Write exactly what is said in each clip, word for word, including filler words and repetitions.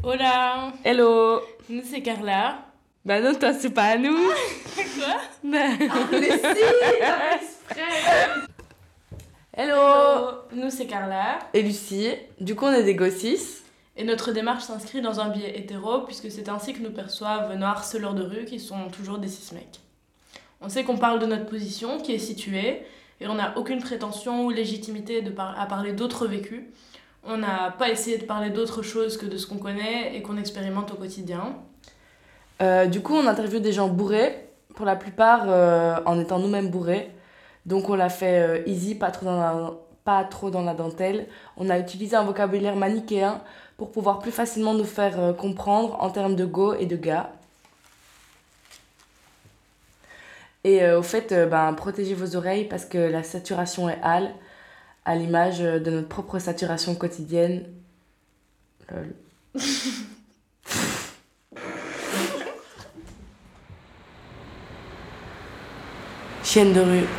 Hola. Hello. Nous, c'est Carla. Bah non, toi, c'est pas à nous. Quoi? Mais si, t'as exprès. Hello. Hello. Nous, c'est Carla. Et Lucie. Du coup, on est des gossis. Et notre démarche s'inscrit dans un biais hétéro, puisque c'est ainsi que nous perçoivent nos harceleurs de rue, qui sont toujours des cis mecs. On sait qu'on parle de notre position, qui est située, et on n'a aucune prétention ou légitimité de par- à parler d'autres vécus. On n'a pas essayé de parler d'autre chose que de ce qu'on connaît et qu'on expérimente au quotidien. Euh, du coup, on interviewe des gens bourrés, pour la plupart euh, en étant nous-mêmes bourrés. Donc, on l'a fait euh, easy, pas trop, dans la, pas trop dans la dentelle. On a utilisé un vocabulaire manichéen pour pouvoir plus facilement nous faire euh, comprendre en termes de go et de gars. Et euh, au fait, euh, ben, protégez vos oreilles parce que la saturation est hale, à l'image de notre propre saturation quotidienne. Lol. Chienne de rue.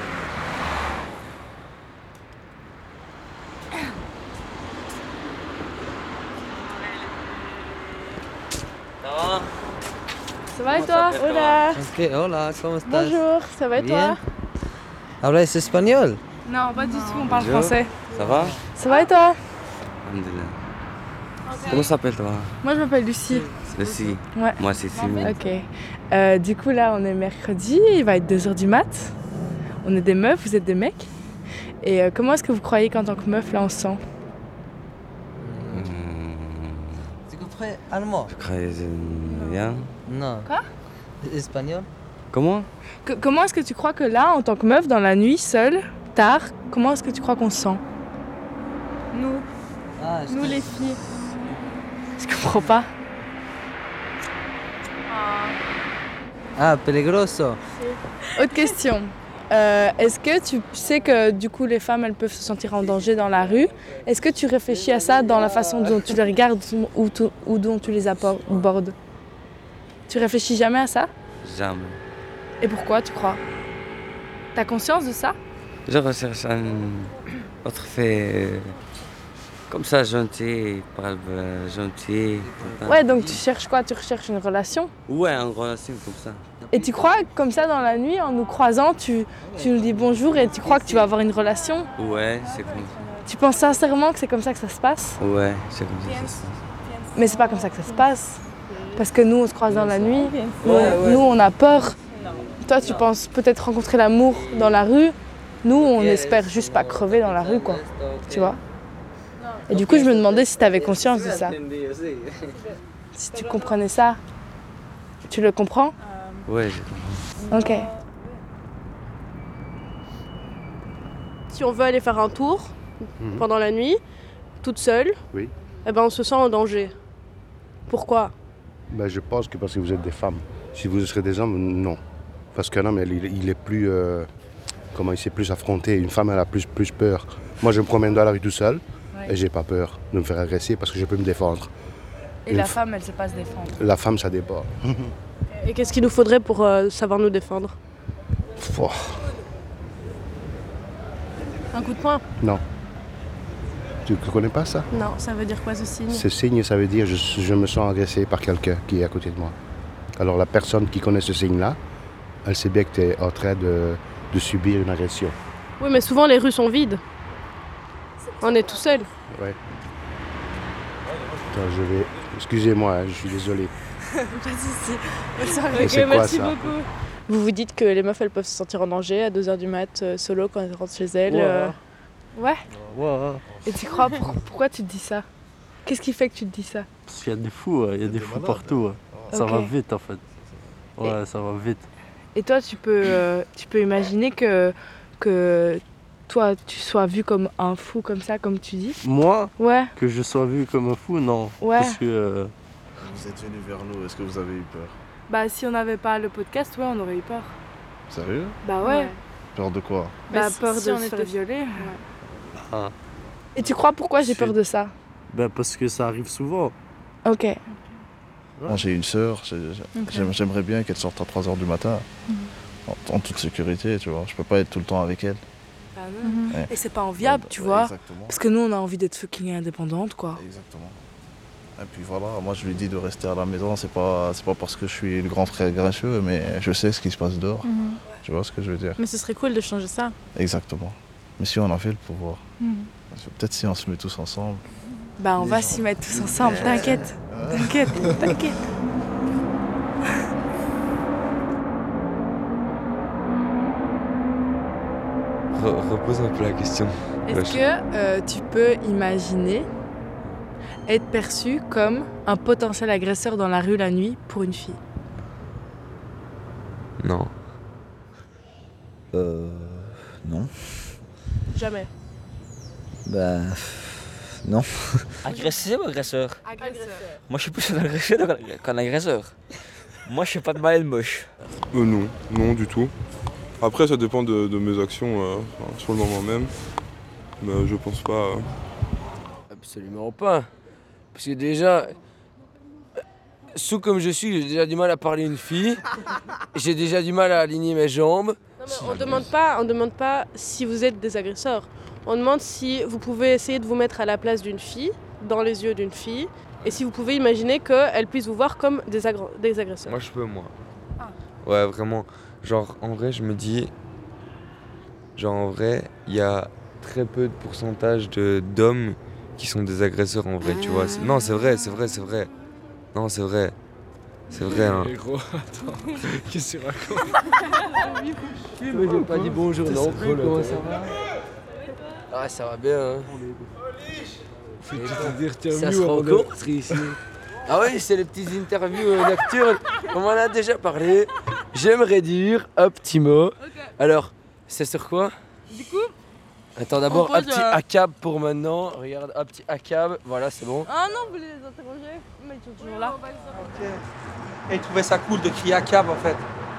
Ça va et toi? Hola. Ok, hola, ¿cómo estás? Bonjour, ça va et Bien. toi? ¿Hablas español? Non, pas du tout, on parle Bonjour. français. Ça va? Ça va et toi? Alhamdulillah. Comment s'appelle toi? Moi je m'appelle Lucie. Lucie. Ouais. Moi c'est Simon. Ok. Euh, du coup là on est mercredi, il va être deux heures du mat. On est des meufs, vous êtes des mecs. Et euh, comment est-ce que vous croyez qu'en tant que meuf là on se sent? Tu comprends allemand? Je crois que c'est bien. Non. Quoi? Espagnol? Comment? Que- comment est-ce que tu crois que là en tant que meuf dans la nuit seule, tard, comment est-ce que tu crois qu'on se sent? Nous, Ah, nous les filles. Je comprends pas. Ah, peligroso. Autre question. Euh, est-ce que tu sais que du coup les femmes elles peuvent se sentir en danger dans la rue? Est-ce que tu réfléchis à ça dans la façon dont tu les regardes ou, tu- ou dont tu les abordes? Tu réfléchis jamais à ça? Jamais. Et pourquoi tu crois? T'as conscience de ça? Je recherche un autre fait comme ça, gentil, parle euh, gentil. Ouais, donc tu cherches quoi? Tu recherches une relation? Ouais, en relation comme ça. Et tu crois que comme ça dans la nuit, en nous croisant, tu, tu nous dis bonjour et tu crois que tu vas avoir une relation? Ouais, c'est comme ça. Tu penses sincèrement que c'est comme ça que ça se passe? Ouais, c'est comme ça. ça. Mais c'est pas comme ça que ça se passe. Parce que nous, on se croise dans la nuit. Nous, Ouais, ouais. nous, on a peur. Toi, tu penses peut-être rencontrer l'amour dans la rue. Nous, on espère juste pas crever dans la rue, quoi. Tu vois? Et du coup, je me demandais si tu avais conscience de ça. Si tu comprenais ça. Tu le comprends? Ouais, j'ai compris. Ok. Si on veut aller faire un tour Mhm. pendant la nuit, toute seule, Oui. eh ben on se sent en danger. Pourquoi? Ben, je pense que parce que vous êtes des femmes. Si vous serez des hommes, non. Parce qu'un homme, il, il est plus... euh, comment il s'est plus affronté. Une femme, elle a plus, plus peur. Moi, je me promène dans la rue tout seul et j'ai pas peur de me faire agresser parce que je peux me défendre. Et Une la f- femme, elle sait pas se défendre. La femme, ça dépend. Et qu'est-ce qu'il nous faudrait pour euh, savoir nous défendre? Oh, Un coup de poing? non. Tu ne connais pas ça? Non, ça veut dire quoi ce signe? Ce signe, ça veut dire je, je me sens agressé par quelqu'un qui est à côté de moi. Alors la personne qui connaît ce signe-là, elle sait bien que tu es en train de, de subir une agression. Oui, mais souvent les rues sont vides. On est tout seul. Ouais. Attends, je vais... Excusez-moi, hein, je suis désolé. Pas de soucis. Mais c'est quoi ça? Vous vous dites que les meufs elles peuvent se sentir en danger à deux heures du mat, euh, solo quand elles rentrent chez elles. Ouais. euh. Ouais. Ouais. Et tu crois, pour- pourquoi tu te dis ça? Qu'est-ce qui fait que tu te dis ça? Parce qu'il y a des fous, il y a des fous partout. ouais. Ça Ok. va vite en fait. Ouais, ça va vite. Et toi, tu peux, euh, tu peux imaginer que, que toi, tu sois vu comme un fou comme ça, comme tu dis? Moi, Ouais, que je sois vu comme un fou, non. ouais. Parce que euh, Vous êtes venu vers nous, est-ce que vous avez eu peur? Bah si on n'avait pas le podcast, ouais, on aurait eu peur. Sérieux? Bah ouais. Peur de quoi? Bah si- peur si de on se était- faire violer. ah, Et tu crois pourquoi j'ai C'est- peur de ça? ben parce que ça arrive souvent. Ok. Moi j'ai une sœur, j'ai- j'ai- j'aimerais bien qu'elle sorte à trois heures du matin. En, en toute sécurité, tu vois. Je peux pas être tout le temps avec elle. Bah non. Ouais. Et c'est pas enviable, tu Ouais, vois. Exactement. Parce que nous, on a envie d'être fucking indépendante, quoi. Exactement. Et puis voilà, moi je lui dis de rester à la maison, c'est pas, c'est pas parce que je suis le grand frère gracieux, mais je sais ce qui se passe dehors. Mhm. Tu vois ce que je veux dire? Mais ce serait cool de changer ça. Exactement. Mais si on en fait le pouvoir, Mhm. peut-être si on se met tous ensemble. Bah on va s'y mettre tous ensemble, t'inquiète. T'inquiète, t'inquiète. Re- repose un peu la question. Est-ce que euh, tu peux imaginer être perçu comme un potentiel agresseur dans la rue la nuit pour une fille? Non. Euh. Non. Jamais. Bah. Non. Agressé ou agresseur? Agresseur. Moi je suis plus un agresseur qu'un agresseur. Moi je fais pas de mal et de moche. Euh, non, non du tout. Après ça dépend de, de mes actions euh, enfin, sur le moment même. Mais je pense pas. euh. Absolument pas. Parce que déjà, sous comme je suis, j'ai déjà du mal à parler une fille. J'ai déjà du mal à aligner mes jambes. Non, mais on demande pas, on demande pas si vous êtes des agresseurs. On demande si vous pouvez essayer de vous mettre à la place d'une fille, dans les yeux d'une fille, et si vous pouvez imaginer qu'elle puisse vous voir comme des, agr- des agresseurs. Moi je peux, moi. Ah. Ouais, vraiment. Genre, en vrai, je me dis. Genre, en vrai, il y a très peu de pourcentage de, d'hommes qui sont des agresseurs en vrai, tu vois. C'est- Non, c'est vrai, c'est vrai, c'est vrai. Non, c'est vrai. C'est vrai, hein. Mais gros, attends, qu'est-ce que tu racontes? Mais j'ai pas dit bonjour non plus, comment ça va? Ah, ça va bien, hein. Faut te dire, ça se rencontre ici. Ah oui, c'est les petites interviews nocturnes. On m'en a déjà parlé. J'aimerais dire un petit mot. Alors, c'est sur quoi? Du coup, Attends, d'abord, On un pose, petit euh, A-cab pour maintenant. Regarde, un petit A-cab. Voilà, c'est bon. ah non, vous voulez les interroger? Mais ils sont toujours là. Et ils trouvaient ça cool de crier à cab en fait.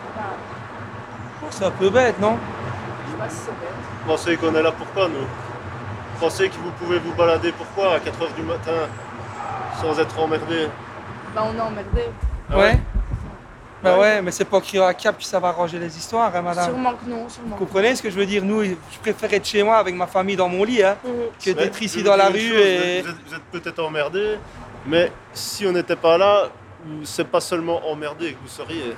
Oh, c'est un peu bête, non? Je sais pas si c'est bête. Vous pensez qu'on est là pourquoi, nous? Vous pensez que vous pouvez vous balader pourquoi à quatre heures du matin sans être emmerdé? Bah on est emmerdé. Ouais. Bah ouais, mais c'est pas crier à cab que ça va arranger les histoires, hein, madame. Sûrement que non, sûrement. Vous comprenez ce que je veux dire? Nous, je préfère être chez moi avec ma famille dans mon lit, hein, que Mais d'être je ici vais dans vous la dire rue une chose, et... Vous êtes, vous êtes peut-être emmerdé, mais si on n'était pas là, c'est pas seulement emmerdé que vous seriez.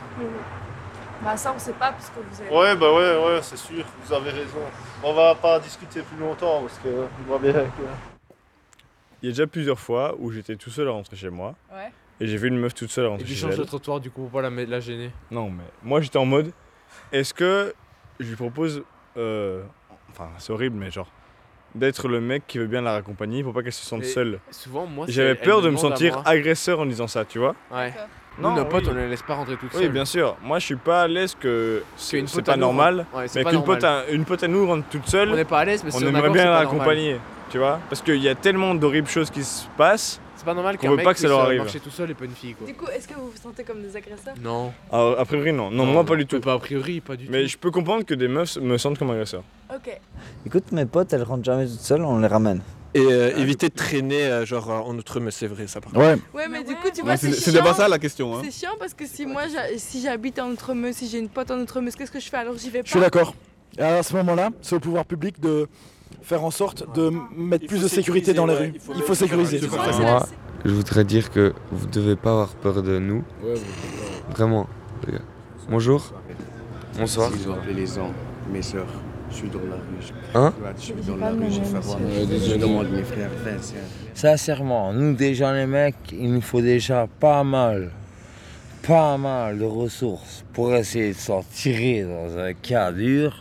Bah ça on sait pas parce que vous avez... Ouais, bah ouais, ouais, c'est sûr, vous avez raison. On va pas discuter plus longtemps parce que je vois bien que... Il y a déjà plusieurs fois où j'étais tout seul à rentrer chez moi. Ouais. Et j'ai vu une meuf toute seule à Et rentrer tu chez changes elle. le trottoir du coup pour pas la, la gêner. Non, mais moi j'étais en mode, est-ce que je lui propose, euh, enfin c'est horrible, mais genre, d'être le mec qui veut bien la raccompagner pour pas qu'elle se sente Mais seule. souvent, moi, c'est- J'avais elle peur me de me demande à sentir moi. agresseur en disant ça, tu vois. Ouais. Non, Nous, nos potes, oui. on les laisse pas rentrer toutes Oui, seules. bien sûr. Moi, je suis pas à l'aise que c'est Qu'une c'est pote pas à nous normal, rentre- ouais, c'est mais pas qu'une normal. pote, à, une pote à nous rentre toute seule. On n'est pas à l'aise, mais si on on est aimerait d'accord, bien c'est la pas normal. accompagner, tu vois. Parce qu'il y a tellement d'horribles choses qui se passent. C'est pas normal qu'on qu'un veut mec pas que ça puisse leur arrive. marcher tout seul et pas une fille, quoi. Du coup, est-ce que vous vous sentez comme des agresseurs? Non. Alors, a priori, non. Non, Non, moi, non, pas du tout. Pas a priori, pas du tout. Mais je peux comprendre que des meufs me sentent comme agresseur. Ok. Écoute, mes potes, elles rentrent jamais toutes seules, on les ramène. Et euh, éviter de traîner euh, genre euh, en outre, mais c'est vrai ça par contre. Ouais. Ouais, mais du coup, tu Ouais, vois, c'est- c'est c'est chiant. pas ça, la question, hein. C'est chiant parce que si moi, j'ha- si j'habite en Outremeuse, si j'ai une pote en Outremeuse, qu'est-ce que je fais alors? J'y vais pas. Je suis d'accord. Et à ce moment-là, c'est au pouvoir public de faire en sorte de mettre plus de sécurité dans les rues. Il faut sécuriser. Moi, je voudrais dire que vous devez pas avoir peur de nous. Ouais, Vraiment. les gars. Bonjour. Bonsoir. Ils ont appelé les gens, mes soeurs. Je suis dans la rue. Je, Hein je suis dans la rue, je fais voir. Ouais, désolé. Je demande mes frères, viens, viens. Sincèrement, nous déjà les mecs, il nous faut déjà pas mal, pas mal de ressources pour essayer de s'en tirer dans un cas dur.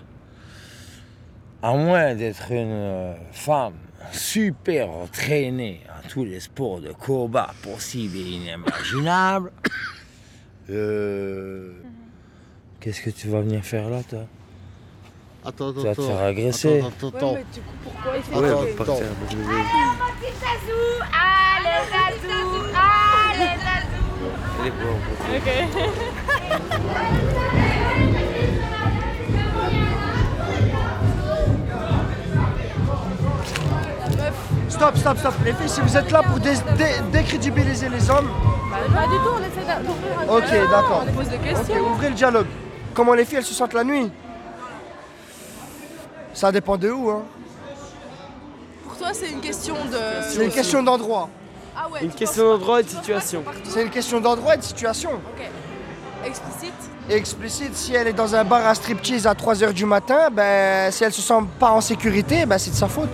À moins d'être une euh, femme super entraînée à tous les sports de combat possibles et inimaginables. Euh... Qu'est-ce que tu vas venir faire là, toi? Attends, attends, Tu vas te attends. faire agresser. Attends, attends, Ouais, mais du coup, pourquoi il fait Ouais, ça? on va partir. Allez, Zazou, allez, Zazou. Elle est bonne. Ok. Stop, stop, stop. Les filles, si vous êtes là pour dé- dé- décrédibiliser les hommes, Bah, pas du tout, on essaie d'a- d'ouvrir un ok, dialogue, d'accord. On pose des Ok, questions. ouvrez le dialogue. Comment les filles, elles se sentent la nuit? Ça dépend de où, hein. Pour toi, c'est une question de. C'est une question d'endroit. Ah ouais, une question d'endroit et de situation. C'est une question d'endroit et de situation. Ok. Explicite. Explicite, si elle est dans un bar à striptease à trois heures du matin, ben, si elle se sent pas en sécurité, ben, c'est de sa faute.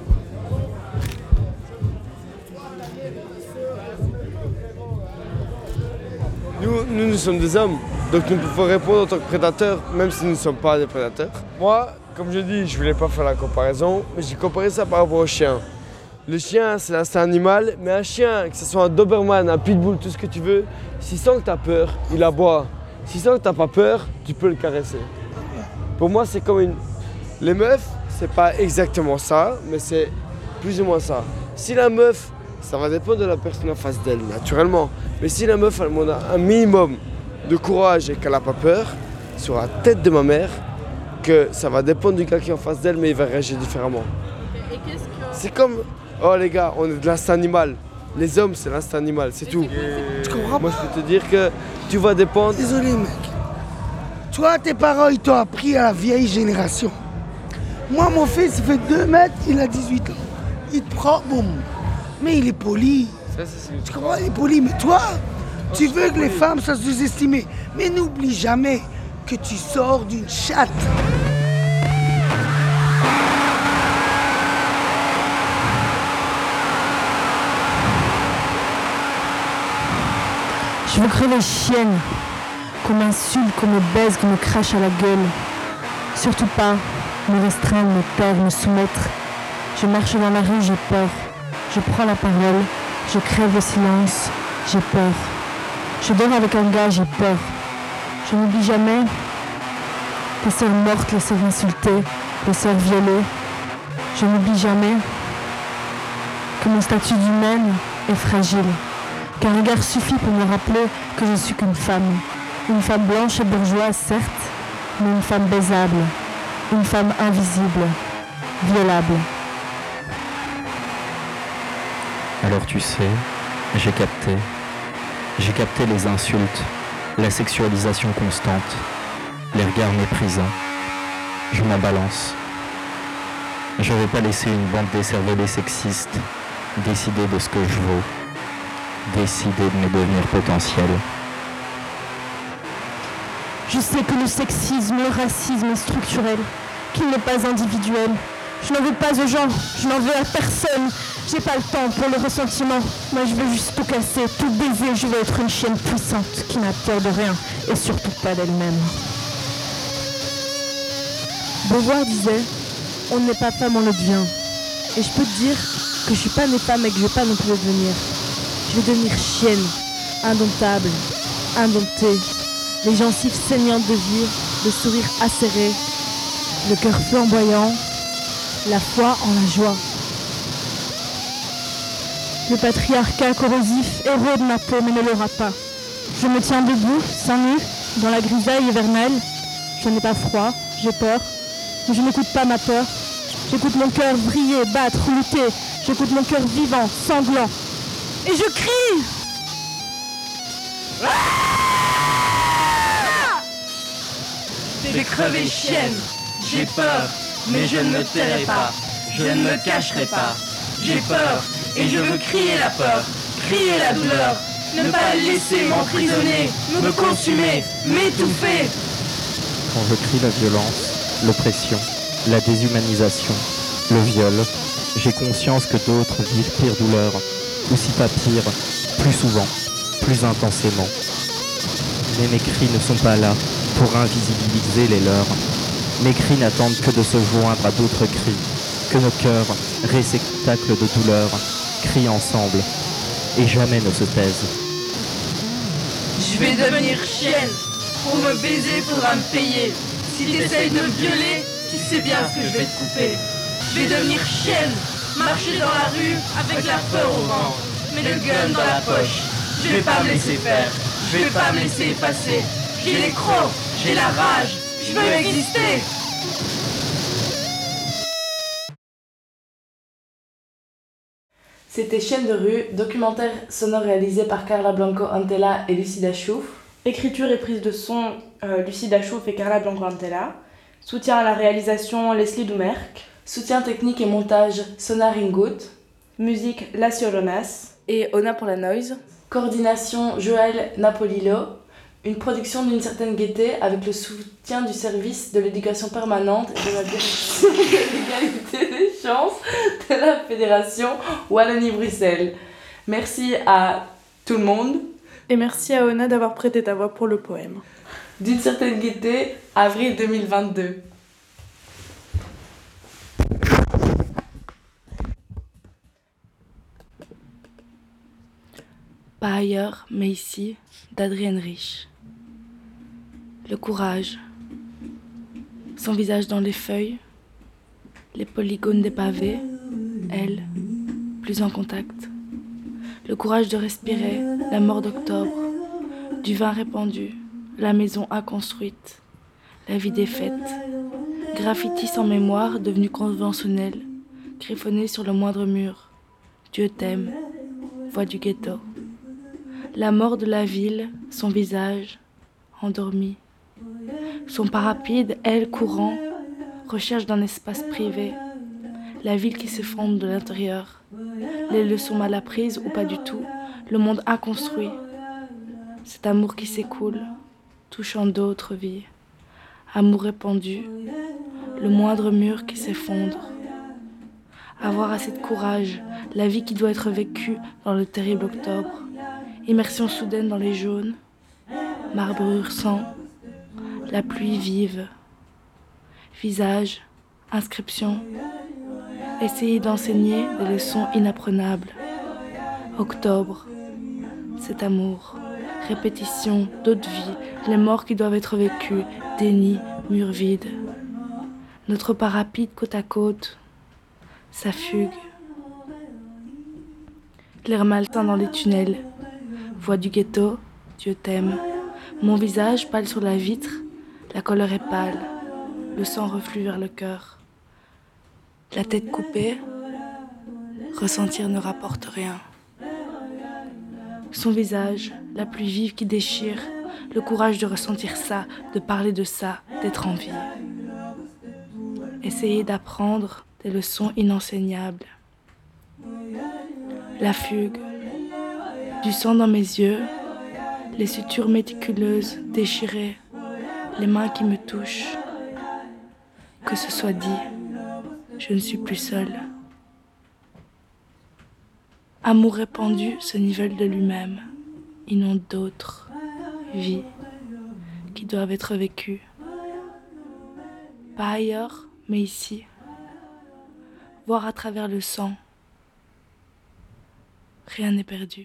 Nous, nous, nous sommes des hommes, donc nous pouvons répondre en tant que prédateurs, même si nous ne sommes pas des prédateurs. Moi, comme je dis, je voulais pas faire la comparaison, mais j'ai comparé ça par rapport au chien. Le chien, c'est l'instinct animal, mais un chien, que ce soit un Doberman, un Pitbull, tout ce que tu veux, s'il sent que tu as peur, il aboie. S'il sent que tu n'as pas peur, tu peux le caresser. Pour moi, c'est comme une... Les meufs, c'est pas exactement ça, mais c'est plus ou moins ça. Si la meuf, ça va dépendre de la personne en face d'elle, naturellement. Mais si la meuf, elle a un minimum de courage et qu'elle n'a pas peur, sur la tête de ma mère, que ça va dépendre du gars qui est en face d'elle, mais il va réagir différemment. Et qu'est-ce que... C'est comme, oh les gars, on est de l'instinct animal. Les hommes, c'est l'instinct animal, c'est tout. Tu comprends? Moi, je peux te dire que tu vas dépendre... Désolé, mec. Toi, tes parents, ils t'ont appris à la vieille génération. Moi, mon fils, il fait deux mètres, il a dix-huit ans. Il te prend, boum. Mais il est poli. Ça, c'est... Tu comprends? Il est poli. Mais toi, tu veux que les femmes soient sous-estimées. Mais n'oublie jamais que tu sors d'une chatte. Je veux crever chienne, qu'on m'insulte, qu'on me baise, qu'on me crache à la gueule. Surtout pas me restreindre, me taire, me soumettre. Je marche dans la rue, j'ai peur. Je prends la parole, je crève le silence, j'ai peur. Je dors avec un gars, j'ai peur. Je n'oublie jamais les sœurs mortes, les sœurs insultées, les sœurs violées. Je n'oublie jamais que mon statut d'humaine est fragile. Qu'un regard suffit pour me rappeler que je ne suis qu'une femme. Une femme blanche et bourgeoise, certes, mais une femme baisable. Une femme invisible, violable. Alors tu sais, j'ai capté. J'ai capté les insultes, la sexualisation constante, les regards méprisants. Je m'en balance. Je ne vais pas laisser une bande décervelée sexiste décider de ce que je vaux. Décider de mes devenirs potentiels. Je sais que le sexisme, le racisme est structurel, qu'il n'est pas individuel. Je n'en veux pas aux gens, je n'en veux à personne. J'ai pas le temps pour le ressentiment. Moi je veux juste tout casser, tout baiser. Je veux être une chienne puissante qui n'a peur de rien et surtout pas d'elle-même. Beauvoir disait, on n'est pas femme, on le devient. Et je peux te dire que je suis pas née femme et que je vais pas non plus le devenir. Je vais devenir chienne, indomptable, indomptée, les gencives saignantes de vivre, le sourire acéré, le cœur flamboyant, la foi en la joie. Le patriarcat corrosif, héros de ma peau, mais ne l'aura pas. Je me tiens debout, seins nus, dans la grisaille hivernale. Je n'ai pas froid, j'ai peur, mais je n'écoute pas ma peur. J'écoute mon cœur briller, battre, lutter. J'écoute mon cœur vivant, sanglant. Et je crie! Ah! Je vais crever chienne, j'ai peur, mais je ne me tairai pas, je ne me cacherai pas. J'ai peur, et je veux crier la peur, crier la douleur, ne pas laisser m'emprisonner, me consumer, m'étouffer. Quand je crie la violence, l'oppression, la déshumanisation, le viol, j'ai conscience que d'autres vivent pire douleur, ou si pas pire, plus souvent, plus intensément. Mais mes cris ne sont pas là pour invisibiliser les leurs. Mes cris n'attendent que de se joindre à d'autres cris, que nos cœurs, réceptacles de douleur, crient ensemble, et jamais ne se taisent. Je vais devenir chienne, pour me baiser faudra me payer. Si t'essayes de me violer, tu sais bien ce que je vais te couper. Je vais devenir chienne, marcher dans la rue avec la peur au ventre, mais le gun dans la poche. Je vais pas me laisser faire, je vais pas me laisser effacer. J'ai les crocs, j'ai la rage, je veux exister. C'était Chienne de rue, documentaire sonore réalisé par Carla Blanco Antella et Lucida Chouf. Écriture et prise de son, euh, Lucida Chouf et Carla Blanco Antella. Soutien à la réalisation, Leslie Doumerc. Soutien technique et montage, Sonar Ingout. Musique, La Ciolonas. Et Ona pour la noise. Coordination Joël Napolilo. Une production d'une certaine gaieté avec le soutien du service de l'éducation permanente et de la direction de l'égalité des chances de la Fédération Wallonie-Bruxelles. Merci à tout le monde. Et merci à Ona d'avoir prêté ta voix pour le poème. D'une certaine gaieté, avril deux mille vingt-deux. Pas ailleurs, mais ici, d'Adrienne Rich. Le courage. Son visage dans les feuilles, les polygones des pavés, elle, plus en contact. Le courage de respirer la mort d'octobre, du vin répandu, la maison inconstruite, la vie défaite. Graffiti sans mémoire devenu conventionnel, griffonné sur le moindre mur. Dieu t'aime, voix du ghetto. La mort de la ville, son visage, endormi. Son pas rapide, elle courant, recherche d'un espace privé. La ville qui s'effondre de l'intérieur. Les leçons mal apprises ou pas du tout. Le monde inconstruit. Cet amour qui s'écoule, touchant d'autres vies. Amour répandu, le moindre mur qui s'effondre. Avoir assez de courage, la vie qui doit être vécue dans le terrible octobre. Immersion soudaine dans les jaunes, marbrure sang, la pluie vive. Visage, inscription, essayer d'enseigner des leçons inapprenables. Octobre, cet amour, répétition d'autres vies, les morts qui doivent être vécues, déni, murs vides. Notre pas rapide côte à côte, sa fugue. L'air malsain dans les tunnels. Voix du ghetto, Dieu t'aime. Mon visage pâle sur la vitre, la couleur est pâle, le sang reflue vers le cœur. La tête coupée, ressentir ne rapporte rien. Son visage, la pluie vive qui déchire, le courage de ressentir ça, de parler de ça, d'être en vie. Essayer d'apprendre des leçons inenseignables. La fugue. Du sang dans mes yeux, les sutures méticuleuses déchirées, les mains qui me touchent. Que ce soit dit, je ne suis plus seule. Amour répandu se nivelle de lui-même, inonde d'autres vies qui doivent être vécues. Pas ailleurs, mais ici. Voir à travers le sang. Rien n'est perdu.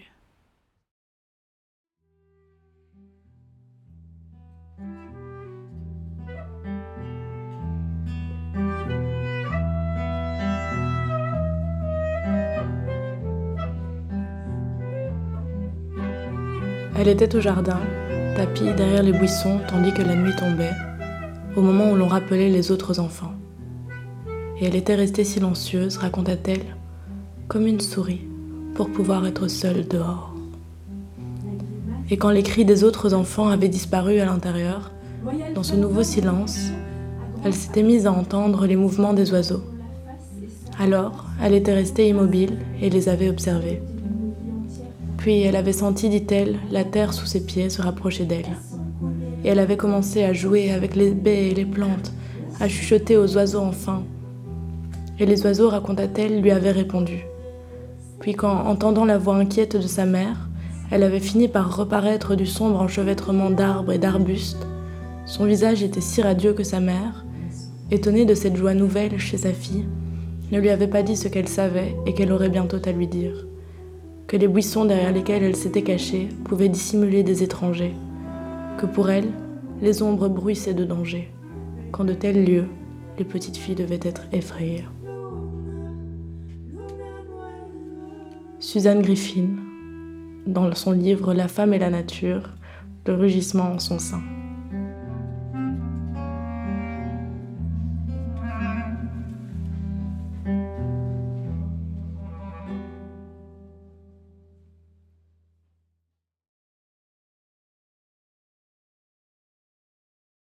Elle était au jardin, tapie derrière les buissons tandis que la nuit tombait, au moment où l'on rappelait les autres enfants. Et elle était restée silencieuse, raconta-t-elle, comme une souris, pour pouvoir être seule dehors. Et quand les cris des autres enfants avaient disparu à l'intérieur, dans ce nouveau silence, elle s'était mise à entendre les mouvements des oiseaux. Alors, elle était restée immobile et les avait observés. Puis elle avait senti, dit-elle, la terre sous ses pieds se rapprocher d'elle. Et elle avait commencé à jouer avec les baies et les plantes, à chuchoter aux oiseaux enfin. Et les oiseaux, raconta-t-elle, lui avaient répondu. Puis quand, entendant la voix inquiète de sa mère, elle avait fini par reparaître du sombre enchevêtrement d'arbres et d'arbustes, son visage était si radieux que sa mère, étonnée de cette joie nouvelle chez sa fille, ne lui avait pas dit ce qu'elle savait et qu'elle aurait bientôt à lui dire. Que les buissons derrière lesquels elle s'était cachée pouvaient dissimuler des étrangers, que pour elle, les ombres bruissaient de danger. Qu'en de tels lieux, les petites filles devaient être effrayées. Suzanne Griffin, dans son livre La femme et la nature, le rugissement en son sein.